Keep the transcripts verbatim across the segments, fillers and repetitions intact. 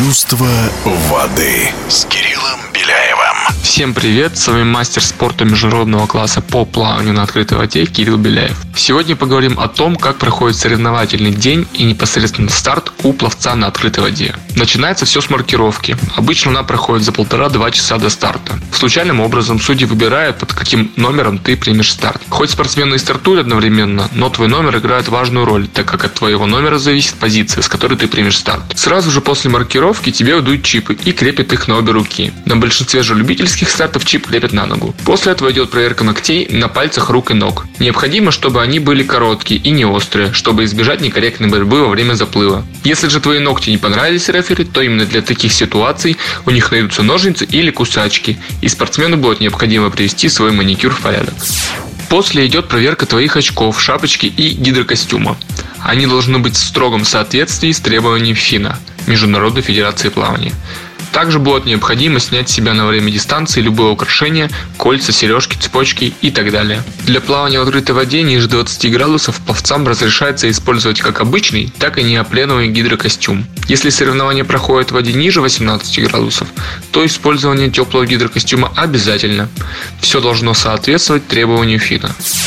Чувство воды с Кириллом Беляевым. Всем привет, с вами мастер спорта международного класса по плаванию на открытой воде Кирилл Беляев. Сегодня поговорим о том, как проходит соревновательный день и непосредственно старт у пловца на открытой воде. Начинается все с маркировки. Обычно она проходит за полтора-два часа до старта. Случайным образом судьи выбирают, под каким номером ты примешь старт. Хоть спортсмены и стартуют одновременно, но твой номер играет важную роль, так как от твоего номера зависит позиция, с которой ты примешь старт. Сразу же после маркировки тебе выдают чипы и крепят их на обе руки. На большинстве же любительских стартов чип крепят на ногу. После этого идет проверка ногтей на пальцах рук и ног. Необходимо, чтобы они были короткие и не острые, чтобы избежать некорректной борьбы во время заплыва. Если же твои ногти не понравились рефери, то именно для таких ситуаций у них найдутся ножницы или кусачки, и спортсмену будет необходимо привести свой маникюр в порядок. После идет проверка твоих очков, шапочки и гидрокостюма. Они должны быть в строгом соответствии с требованиями ФИНА, Международной Федерации Плавания. Также будет необходимо снять с себя на время дистанции любое украшение, кольца, сережки, цепочки и так далее. Для плавания в открытой воде ниже двадцати градусов пловцам разрешается использовать как обычный, так и неопреновый гидрокостюм. Если соревнования проходят в воде ниже восемнадцати градусов, то использование теплого гидрокостюма обязательно. Все должно соответствовать требованию ФИНА.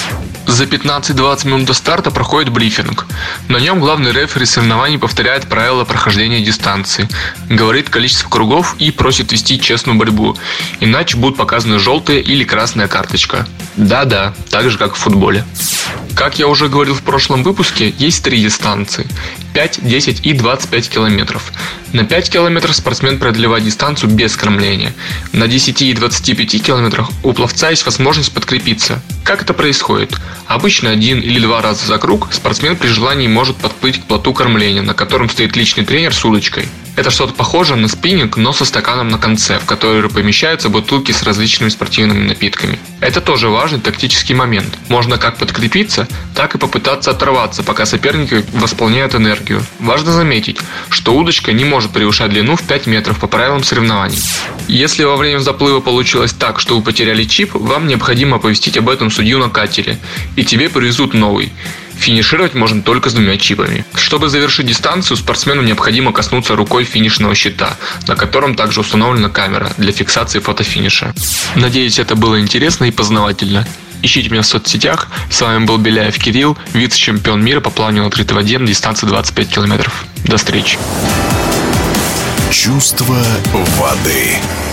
За пятнадцать-двадцать минут до старта проходит брифинг. На нем главный рефери соревнований повторяет правила прохождения дистанции, говорит количество кругов и просит вести честную борьбу, иначе будут показаны желтая или красная карточка. Да-да, так же как в футболе. Как я уже говорил в прошлом выпуске, есть три дистанции – пять, десять и двадцать пять километров. На пять километров спортсмен преодолевает дистанцию без кормления. На десяти и двадцати пяти километрах у пловца есть возможность подкрепиться. Как это происходит? Обычно один или два раза за круг спортсмен при желании может подплыть к плоту кормления, на котором стоит личный тренер с удочкой. Это что-то похожее на спиннинг, но со стаканом на конце, в который помещаются бутылки с различными спортивными напитками. Это тоже важный тактический момент. Можно как подкрепиться, так и попытаться оторваться, пока соперники восполняют энергию. Важно заметить, что удочка не может превышать длину в пять метров по правилам соревнований. Если во время заплыва получилось так, что вы потеряли чип, вам необходимо оповестить об этом судью на катере, и тебе привезут новый. Финишировать можно только с двумя чипами. Чтобы завершить дистанцию, спортсмену необходимо коснуться рукой финишного щита, на котором также установлена камера для фиксации фотофиниша. Надеюсь, это было интересно и познавательно. Ищите меня в соцсетях. С вами был Беляев Кирилл, вице-чемпион мира по плаванию на открытой воде на дистанции двадцать пять километров. До встречи. Чувство воды.